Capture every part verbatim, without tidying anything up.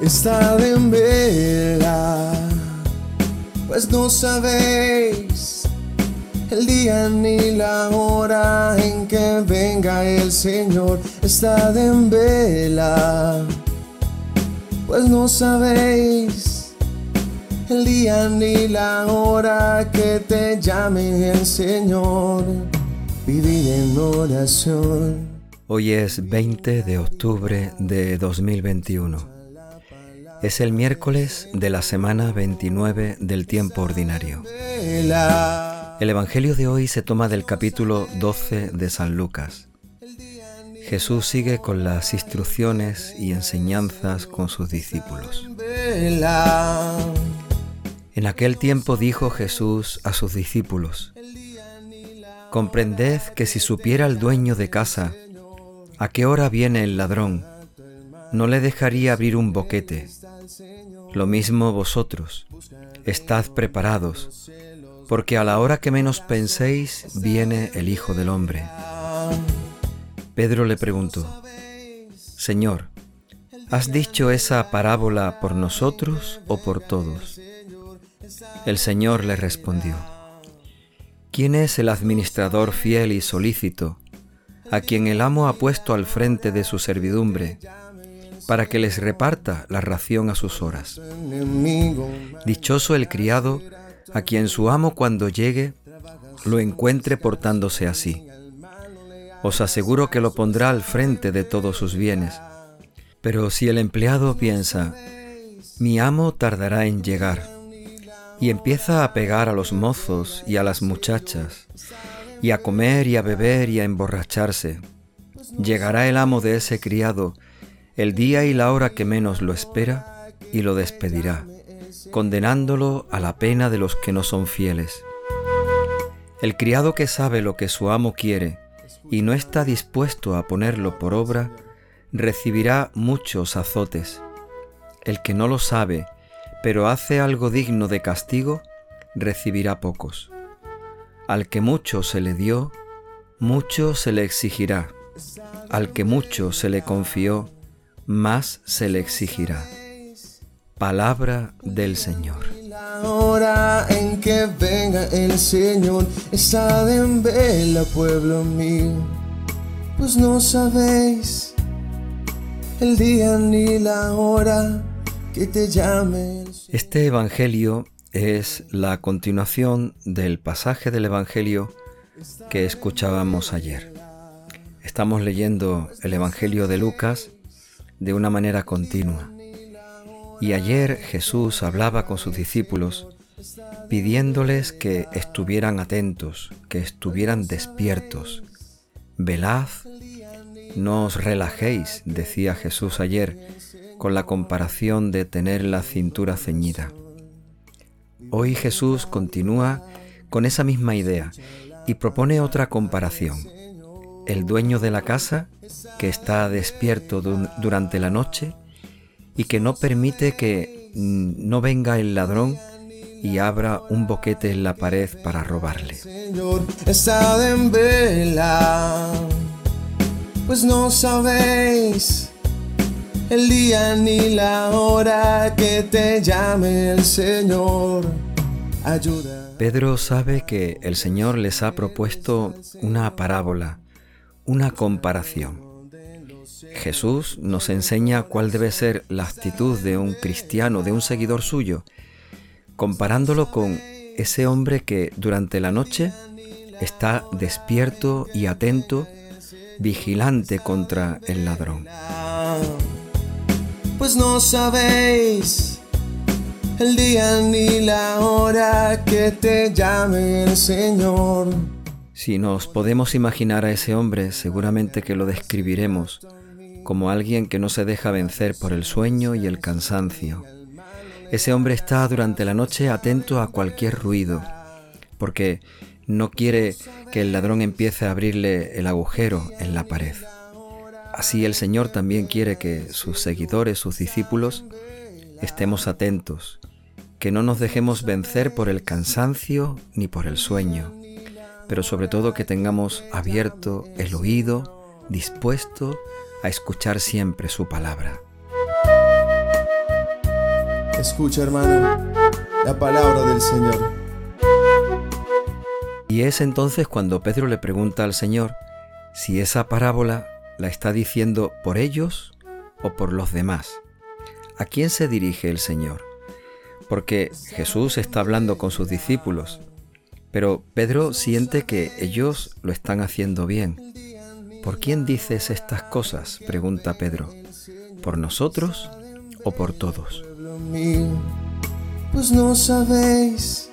estad en vela, pues no sabéis el día ni la hora en que venga el Señor. Estad en vela, pues no sabéis el día ni la hora que te llame el Señor. Vivid en oración. Hoy es veinte de octubre de dos mil veintiuno. Es el miércoles de la semana veintinueve del tiempo ordinario. El Evangelio de hoy se toma del capítulo doce de San Lucas. Jesús sigue con las instrucciones y enseñanzas con sus discípulos. En aquel tiempo dijo Jesús a sus discípulos: comprended que si supiera el dueño de casa a qué hora viene el ladrón, no le dejaría abrir un boquete. Lo mismo vosotros, estad preparados, porque a la hora que menos penséis viene el Hijo del Hombre. Pedro le preguntó: Señor, ¿has dicho esa parábola por nosotros o por todos? El Señor le respondió: ¿quién es el administrador fiel y solícito, a quien el amo ha puesto al frente de su servidumbre, para que les reparta la ración a sus horas? Dichoso el criado a quien su amo cuando llegue lo encuentre portándose así. Os aseguro que lo pondrá al frente de todos sus bienes. Pero si el empleado piensa: mi amo tardará en llegar, y empieza a pegar a los mozos y a las muchachas, y a comer y a beber y a emborracharse, llegará el amo de ese criado el día y la hora que menos lo espera y lo despedirá, condenándolo a la pena de los que no son fieles. El criado que sabe lo que su amo quiere y no está dispuesto a ponerlo por obra, recibirá muchos azotes. El que no lo sabe, pero hace algo digno de castigo, recibirá pocos. Al que mucho se le dio, mucho se le exigirá. Al que mucho se le confió, más se le exigirá. Palabra del Señor. La hora en que venga el Señor, estad en vela, pueblo mío, pues no sabéis el día ni la hora que te llame el Señor. Este Evangelio es la continuación del pasaje del Evangelio que escuchábamos ayer. Estamos leyendo el Evangelio de Lucas de una manera continua. Y ayer Jesús hablaba con sus discípulos pidiéndoles que estuvieran atentos, que estuvieran despiertos. Velad, no os relajéis, decía Jesús ayer, con la comparación de tener la cintura ceñida. Hoy Jesús continúa con esa misma idea y propone otra comparación. El dueño de la casa, que está despierto du- durante la noche y que no permite que mm, no venga el ladrón y abra un boquete en la pared para robarle. Señor, estad en vela, pues no sabéis el día ni la hora que te llame el Señor. Ayuda. Pedro sabe que el Señor les ha propuesto una parábola, una comparación. Jesús nos enseña cuál debe ser la actitud de un cristiano, de un seguidor suyo, comparándolo con ese hombre que durante la noche está despierto y atento, vigilante contra el ladrón. Pues no sabéis el día ni la hora que te llame el Señor. Si nos podemos imaginar a ese hombre, seguramente que lo describiremos como alguien que no se deja vencer por el sueño y el cansancio. Ese hombre está durante la noche atento a cualquier ruido, porque no quiere que el ladrón empiece a abrirle el agujero en la pared. Así el Señor también quiere que sus seguidores, sus discípulos, estemos atentos, que no nos dejemos vencer por el cansancio ni por el sueño, pero sobre todo que tengamos abierto el oído, dispuesto a escuchar siempre su palabra. Escucha, hermano, la palabra del Señor. Y es entonces cuando Pedro le pregunta al Señor si esa parábola la está diciendo por ellos o por los demás. ¿A quién se dirige el Señor? Porque Jesús está hablando con sus discípulos, pero Pedro siente que ellos lo están haciendo bien. ¿Por quién dices estas cosas?, pregunta Pedro. ¿Por nosotros o por todos? Pues no sabéis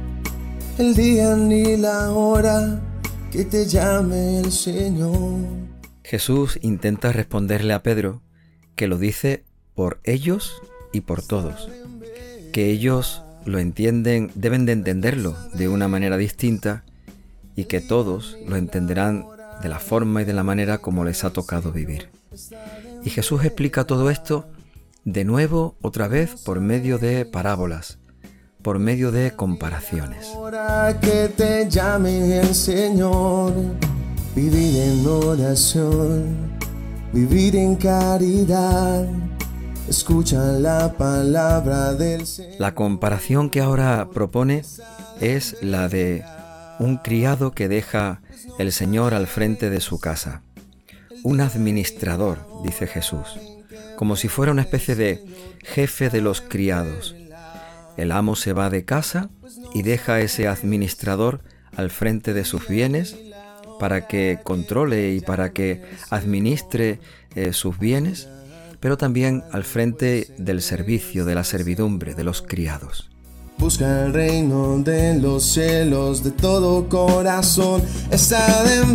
el día ni la hora que te llame el Señor. Jesús intenta responderle a Pedro que lo dice por ellos y por todos, que ellos lo entienden, deben de entenderlo de una manera distinta y que todos lo entenderán de la forma y de la manera como les ha tocado vivir. Y Jesús explica todo esto de nuevo, otra vez, por medio de parábolas, por medio de comparaciones. Ahora que te llame el Señor, vivir en oración, vivir en caridad, escucha la palabra del Señor. La comparación que ahora propone es la de un criado que deja el Señor al frente de su casa. Un administrador, dice Jesús, como si fuera una especie de jefe de los criados. El amo se va de casa y deja a ese administrador al frente de sus bienes para que controle y para que administre eh, sus bienes, pero también al frente del servicio, de la servidumbre, de los criados. Busca el reino de los cielos de todo corazón, está en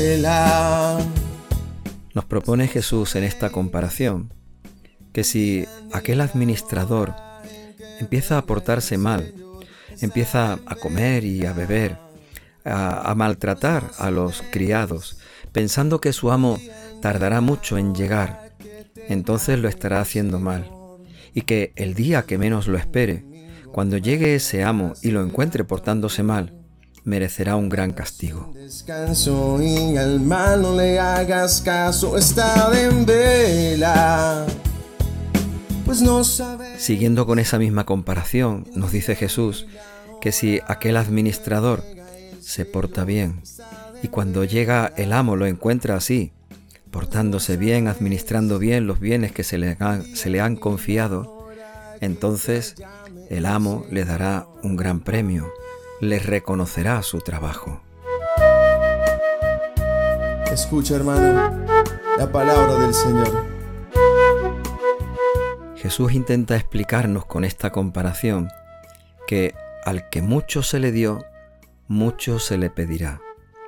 vela. Nos propone Jesús en esta comparación que si aquel administrador empieza a portarse mal, empieza a comer y a beber, a, a maltratar a los criados, pensando que su amo tardará mucho en llegar, entonces lo estará haciendo mal. Y que el día que menos lo espere, cuando llegue ese amo y lo encuentre portándose mal, merecerá un gran castigo. Descanso y al mal no le hagas caso, está en vela. Pues no sabe... Siguiendo con esa misma comparación, nos dice Jesús que si aquel administrador se porta bien y cuando llega el amo lo encuentra así, portándose bien, administrando bien los bienes que se le han, se le han confiado, entonces el amo le dará un gran premio, le reconocerá su trabajo. Escucha, hermano, la palabra del Señor. Jesús intenta explicarnos con esta comparación que al que mucho se le dio, mucho se le pedirá.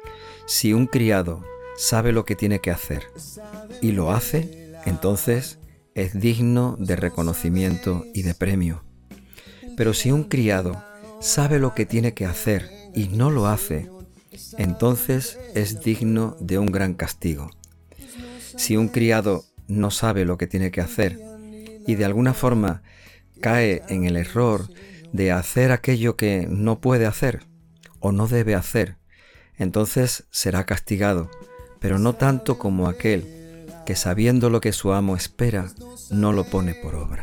Si un criado sabe lo que tiene que hacer y lo hace, entonces es digno de reconocimiento y de premio. Pero si un criado sabe lo que tiene que hacer y no lo hace, entonces es digno de un gran castigo. Si un criado no sabe lo que tiene que hacer y de alguna forma cae en el error de hacer aquello que no puede hacer o no debe hacer, entonces será castigado, pero no tanto como aquel que sabiendo lo que su amo espera, no lo pone por obra.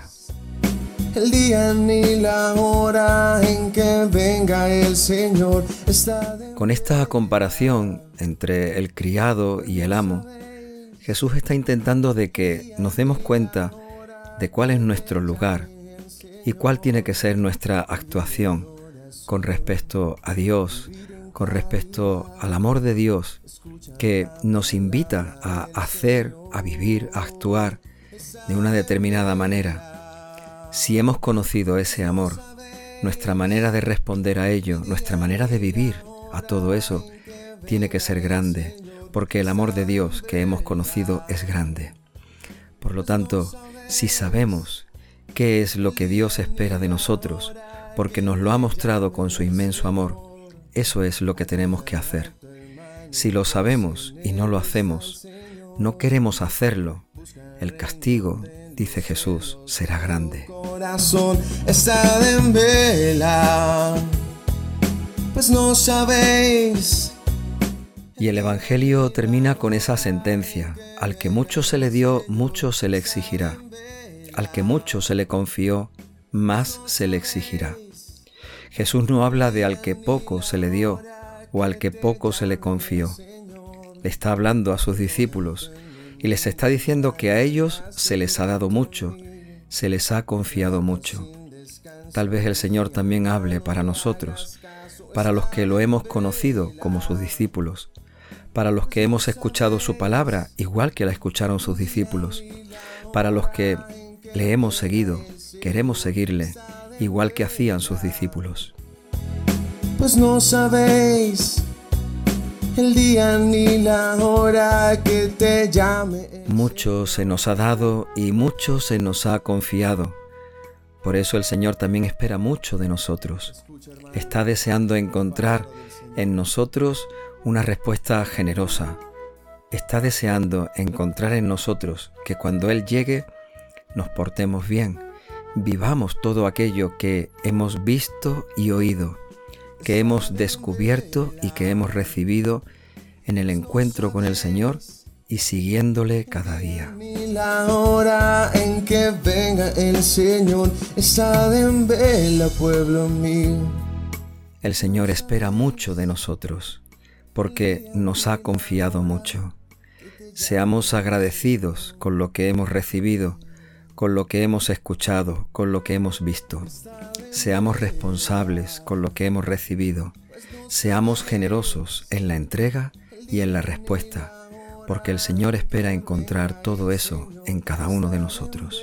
El día ni la hora en que venga el Señor está de... Con esta comparación entre el criado y el amo, Jesús está intentando de que nos demos cuenta de cuál es nuestro lugar y cuál tiene que ser nuestra actuación con respecto a Dios, con respecto al amor de Dios que nos invita a hacer, a vivir, a actuar de una determinada manera. Si hemos conocido ese amor, nuestra manera de responder a ello, nuestra manera de vivir a todo eso, tiene que ser grande, porque el amor de Dios que hemos conocido es grande. Por lo tanto, si sabemos qué es lo que Dios espera de nosotros, porque nos lo ha mostrado con su inmenso amor, eso es lo que tenemos que hacer. Si lo sabemos y no lo hacemos, no queremos hacerlo, el castigo, dice Jesús, será grande. Corazón está en vela, pues no sabéis. Y el Evangelio termina con esa sentencia: al que mucho se le dio, mucho se le exigirá. Al que mucho se le confió, más se le exigirá. Jesús no habla de al que poco se le dio o al que poco se le confió. Le está hablando a sus discípulos y les está diciendo que a ellos se les ha dado mucho, se les ha confiado mucho. Tal vez el Señor también hable para nosotros, para los que lo hemos conocido como sus discípulos, para los que hemos escuchado su palabra igual que la escucharon sus discípulos, para los que le hemos seguido, queremos seguirle igual que hacían sus discípulos. Pues no sabéis el día ni la hora que te llame. Mucho se nos ha dado y mucho se nos ha confiado. Por eso el Señor también espera mucho de nosotros. Está deseando encontrar en nosotros una respuesta generosa. Está deseando encontrar en nosotros que cuando Él llegue nos portemos bien, vivamos todo aquello que hemos visto y oído, que hemos descubierto y que hemos recibido en el encuentro con el Señor y siguiéndole cada día. La hora en que venga el Señor está en vela, pueblo mío. El Señor espera mucho de nosotros, porque nos ha confiado mucho. Seamos agradecidos con lo que hemos recibido, con lo que hemos escuchado, con lo que hemos visto. Seamos responsables con lo que hemos recibido. Seamos generosos en la entrega y en la respuesta, porque el Señor espera encontrar todo eso en cada uno de nosotros.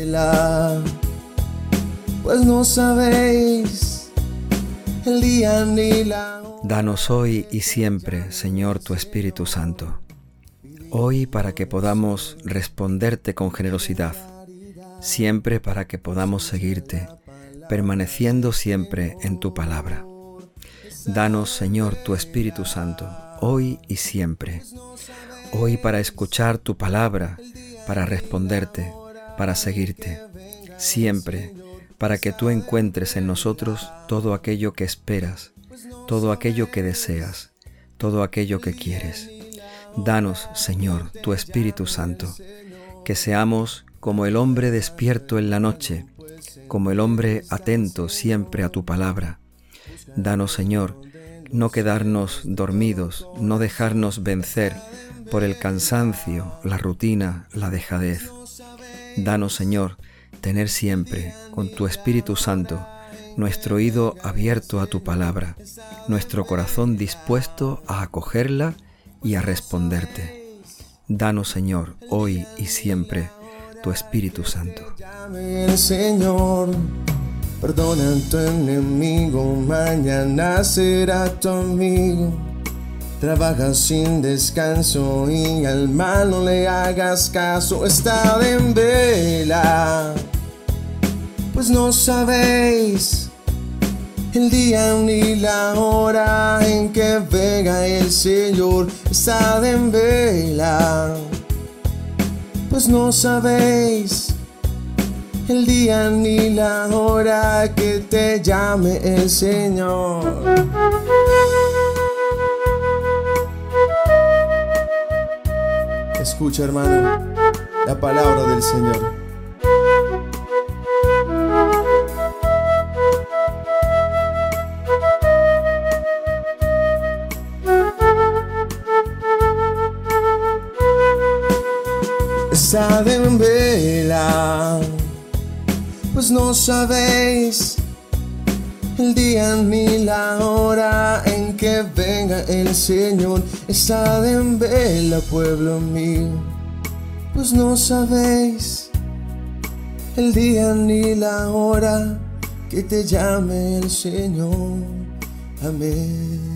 Pues no sabéis el día ni la hora. Danos hoy y siempre, Señor, tu Espíritu Santo. Hoy para que podamos responderte con generosidad, siempre para que podamos seguirte, permaneciendo siempre en tu palabra. Danos, Señor, tu Espíritu Santo, hoy y siempre. Hoy para escuchar tu palabra, para responderte, para seguirte. Siempre para que tú encuentres en nosotros todo aquello que esperas, todo aquello que deseas, todo aquello que quieres. Danos, Señor, tu Espíritu Santo, que seamos como el hombre despierto en la noche, como el hombre atento siempre a tu palabra. Danos, Señor, no quedarnos dormidos, no dejarnos vencer por el cansancio, la rutina, la dejadez. Danos, Señor, tener siempre, con tu Espíritu Santo, nuestro oído abierto a tu palabra, nuestro corazón dispuesto a acogerla y a responderte. Danos, Señor, hoy y siempre, tu Espíritu Santo. Llame el Señor, perdona a tu enemigo, mañana será tu amigo. Trabaja sin descanso y al mal no le hagas caso, está en vela. Pues no sabéis el día ni la hora en que venga el Señor, está en vela. Pues no sabéis el día ni la hora que te llame el Señor. Escucha, hermano, la palabra del Señor. Está en vela, pues no sabéis el día ni la hora en que venga el Señor. Está en vela, pueblo mío, pues no sabéis el día ni la hora que te llame el Señor. Amén.